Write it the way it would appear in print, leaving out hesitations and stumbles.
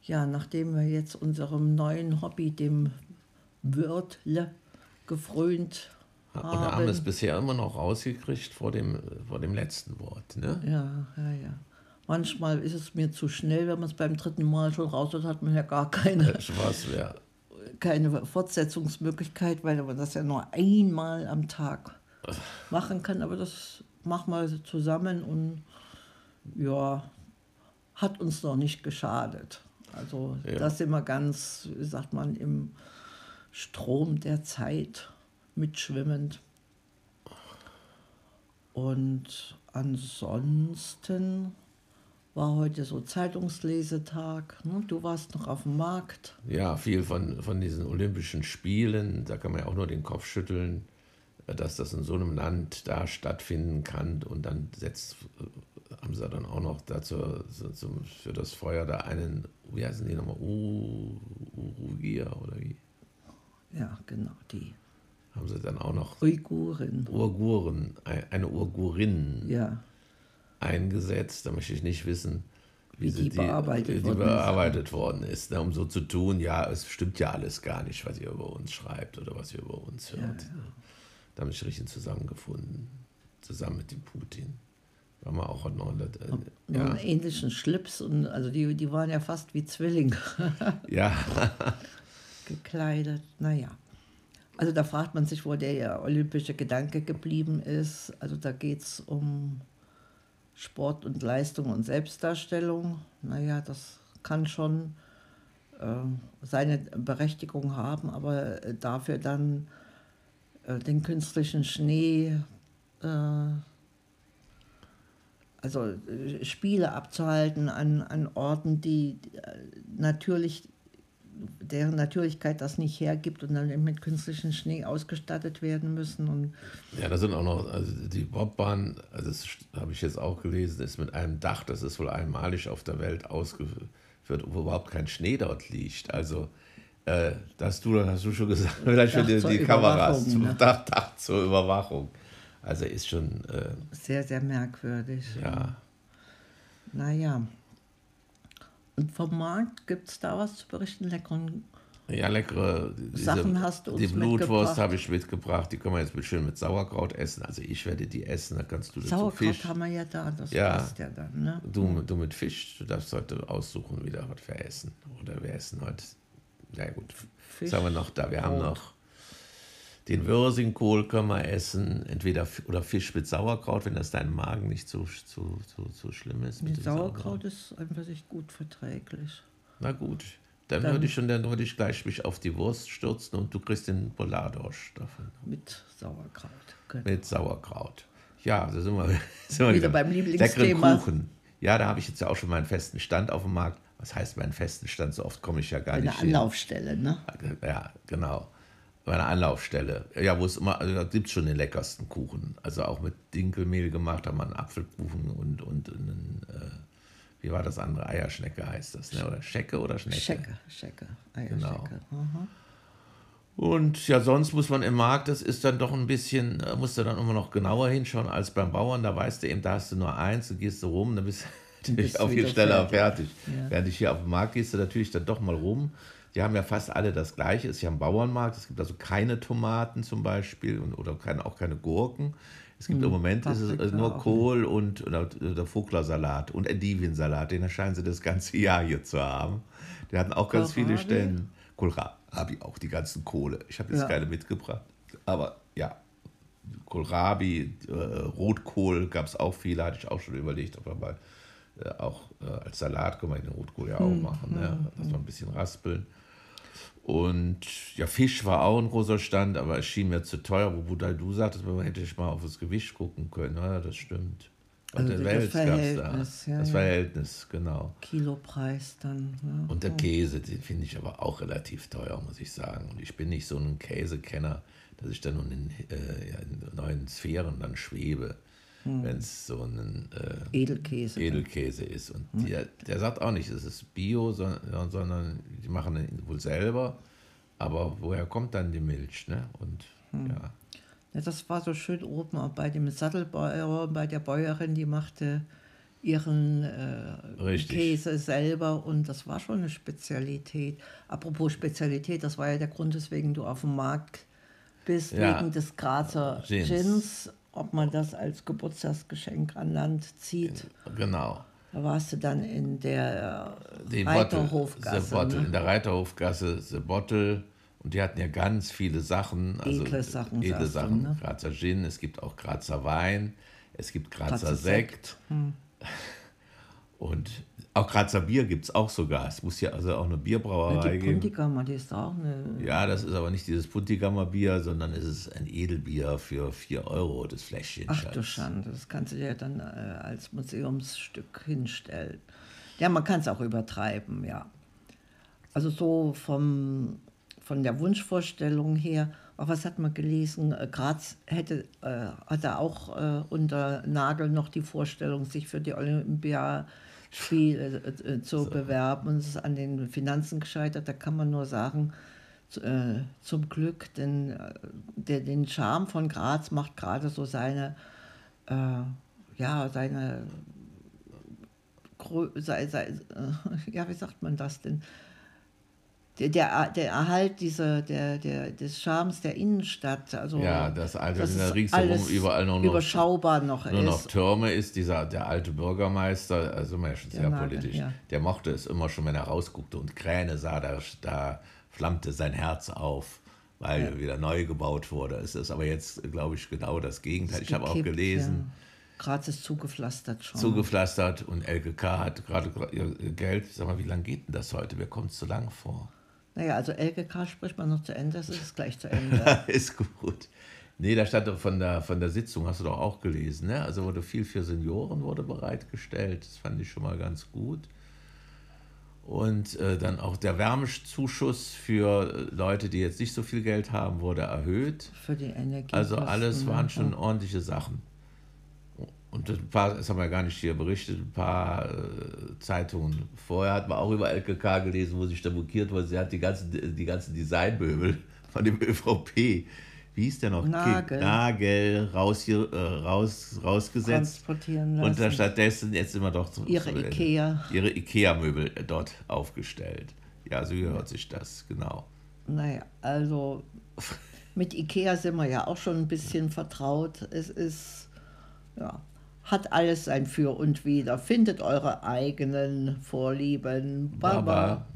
Ja, nachdem wir jetzt unserem neuen Hobby, dem Wörtle, gefrönt Und wir haben es haben. bisher immer noch rausgekriegt vor dem letzten Wort. Ne? Ja, ja, ja. Manchmal ist es mir zu schnell, wenn man es beim dritten Mal schon raus hat, hat man ja gar Was wäre? keine Fortsetzungsmöglichkeit, weil man das ja nur einmal am Tag machen kann. Aber das machen wir so zusammen und ja, hat uns noch nicht geschadet. Also da Ja. sind wir ganz, wie sagt man, im Strom der Zeit mitschwimmend. Und ansonsten war heute so Zeitungslesetag. Ne? Du warst noch auf dem Markt. Ja, viel von diesen Olympischen Spielen, da kann man ja auch nur den Kopf schütteln, dass das in so einem Land da stattfinden kann. Und dann haben sie dann auch noch dazu für das Feuer da einen, wie heißen die nochmal, Urugier oder wie? Ja, genau, die Haben sie dann auch noch Uiguren. eine Urgurin Ja, eingesetzt. Da möchte ich nicht wissen, wie die bearbeitet wie die worden ist. bearbeitet worden ist, ne, um so zu tun, ja, es stimmt ja alles gar nicht, was ihr über uns schreibt oder was ihr über uns hört. Ja, ja. Ne. Da haben sich richtig zusammengefunden, zusammen mit dem Putin. Waren wir auch noch Nur ja, einen ähnlichen Schlips und also die waren ja fast wie Zwillinge ja, gekleidet. Naja. Also da fragt man sich, wo der olympische Gedanke geblieben ist. Also da geht es um Sport und Leistung und Selbstdarstellung. Naja, das kann schon seine Berechtigung haben, aber dafür dann den künstlichen Schnee, also Spiele abzuhalten an Orten, die natürlich, deren Natürlichkeit das nicht hergibt und dann mit künstlichem Schnee ausgestattet werden müssen. Und ja, da sind auch noch, also die Bobbahn, also das habe ich jetzt auch gelesen, ist mit einem Dach, das ist wohl einmalig auf der Welt ausgeführt, wo überhaupt kein Schnee dort liegt. Also hast du schon gesagt, vielleicht schon Dach zur die Kameras Überwachung, ne? Dach zur Überwachung. Also ist schon, Sehr, sehr merkwürdig. ja, Naja. Und vom Markt gibt es da was zu berichten? Leckeren ja, leckere, Sachen hast du uns die Blutwurst mitgebracht? habe ich mitgebracht, die können wir jetzt schön mit Sauerkraut essen. Also ich werde die essen, dann kannst du dazu Sauerkraut Fisch. haben wir ja da, das Ja, passt ja dann. Ne? du mit Fisch, du darfst heute aussuchen, wieder was wir essen. Oder wir essen heute, ja gut, Fisch, was haben wir noch da? Wir haben Brot. noch den Würsingkohl können wir essen, entweder oder Fisch mit Sauerkraut, wenn das deinem Magen nicht so schlimm ist. Nee, Mit dem Sauerkraut ist einfach sich gut verträglich. Na gut, dann Dann- würde ich gleich mich auf die Wurst stürzen und du kriegst den Poladosch davon. Mit Sauerkraut. Genau. Mit Sauerkraut. Ja, da sind wir Wieder beim Lieblingsthema. Leckeren Kuchen. Ja, da habe ich jetzt ja auch schon meinen festen Stand auf dem Markt. Was heißt meinen festen Stand? So oft komme ich ja gar Eine nicht hin. Anlaufstelle, ne? Ja, genau. Meine Anlaufstelle. Ja, wo es immer, also da gibt es schon den leckersten Kuchen. Also auch mit Dinkelmehl gemacht, haben wir einen Apfelkuchen und einen, wie war das andere? Eierschnecke heißt das, ne? Oder Schecke oder Schnecke? Schecke. Genau. Eierschecke. Aha. Und ja, sonst muss man im Markt, das ist dann doch ein bisschen, musst du dann immer noch genauer hinschauen als beim Bauern. Da weißt du eben, da hast du nur eins, du gehst so rum, dann bist du bist auch viel wieder schneller fertig. fertig. Ja. Während ich hier auf dem Markt gehst du natürlich dann doch mal rum. Die haben ja fast alle das Gleiche. Es ist ja ein Bauernmarkt. Es gibt also keine Tomaten zum Beispiel oder auch keine Gurken. Es gibt im Moment ist es Paprika nur auch Kohl und der Voglersalat und Endiviensalat. Den scheinen sie das ganze Jahr hier zu haben. Die hatten auch ganz viele Kohlrabi? Stellen. Kohlrabi, auch die ganzen Kohle. Ich habe jetzt Ja. keine mitgebracht. Aber ja, Kohlrabi, Rotkohl gab es auch viele. Hatte ich auch schon überlegt, ob wir mal auch als Salat können wir den Rotkohl ja auch machen. Ne? Dass wir ein bisschen raspeln. Und ja, Fisch war auch ein großer Stand, aber es schien mir zu teuer. Wobei du sagtest, man hätte ich mal auf das Gewicht gucken können. Ja, das stimmt. Und Also der das Wels gab's Verhältnis, da. ja, Das ja. Verhältnis, genau. Kilopreis dann. Ja. Und der Käse, den finde ich aber auch relativ teuer, muss ich sagen. Und ich bin nicht so ein Käsekenner, dass ich dann in neuen Sphären dann schwebe, wenn es so ein Edelkäse. Edelkäse ist. Und der sagt auch nicht, es ist Bio, sondern die machen ihn wohl selber. Aber woher kommt dann die Milch? Ne? Und ja, Ja, das war so schön oben auch bei dem Sattelbauer, bei der Bäuerin, die machte ihren Richtig. Käse selber und das war schon eine Spezialität. Apropos Spezialität, das war ja der Grund, weswegen du auf dem Markt bist, Ja, wegen des Grazer Gins. Gins, ob man das als Geburtstagsgeschenk an Land zieht. Genau. Da warst du dann in der The Reiterhofgasse. Bottle, Ne? in der Reiterhofgasse, The Bottle. Und die hatten ja ganz viele Sachen. Also Edle Sachen, edle sagst du, Sachen. ne? Grazer Gin, es gibt auch Grazer Wein, es gibt Grazer Grazer Sekt. Und auch Grazer Bier gibt es auch sogar. Es muss ja also auch eine Bierbrauerei Die geben. Puntigammer, die ist auch eine. Ja, das ist aber nicht dieses Puntigammer Bier, sondern es ist ein Edelbier für 4 Euro, das Fläschchen. Ach du Schatz. Schande, das kannst du dir dann als Museumsstück hinstellen. Ja, man kann es auch übertreiben, ja. Also so von der Wunschvorstellung her, auch was hat man gelesen, Graz hatte auch unter Nagel noch die Vorstellung, sich für die Olympiaspiele zu bewerben und es ist an den Finanzen gescheitert. Da kann man nur sagen, zum Glück, denn den Charme von Graz macht gerade so seine wie sagt man das denn? Der Erhalt des Charmes der Innenstadt, also Ja, das alte, dass wenn da es ringsherum alles überall nur überschaubar noch noch ist. Türme ist, der alte Bürgermeister, also immer schon sehr Nagel, politisch, ja. der mochte es immer schon, wenn er rausguckte und Kräne sah, da flammte sein Herz auf, weil wieder neu gebaut wurde. Es ist aber jetzt, glaube ich, genau das Gegenteil. Ich habe auch Gekippt, gelesen, ja. Graz ist zugepflastert schon. zugepflastert und LKK hat gerade ihr Geld. Sag mal, wie lange geht denn das heute? Mir kommt es zu lang vor. Naja, also LKK spricht man noch zu Ende, es ist gleich zu Ende. Ist gut. Nee, da stand doch von der Sitzung, hast du doch auch gelesen, ne? Also wurde viel für Senioren wurde bereitgestellt. Das fand ich schon mal ganz gut. Und dann auch der Wärmezuschuss für Leute, die jetzt nicht so viel Geld haben, wurde erhöht. Für die Energie. Also alles waren schon ordentliche Sachen. Und ein paar, das haben wir gar nicht hier berichtet, ein paar Zeitungen vorher hat man auch über LKK gelesen, wo sich da mokiert wurde. Sie hat die ganzen Designmöbel von dem ÖVP, wie hieß der noch? Nagel rausgesetzt. Transportieren lassen. Und da stattdessen jetzt immer doch ihre Ikea-Möbel dort aufgestellt. Ja, so gehört sich das, genau. Naja, also mit Ikea sind wir ja auch schon ein bisschen vertraut. Es ist, ja, hat alles sein Für und Wider. Findet eure eigenen Vorlieben. Baba.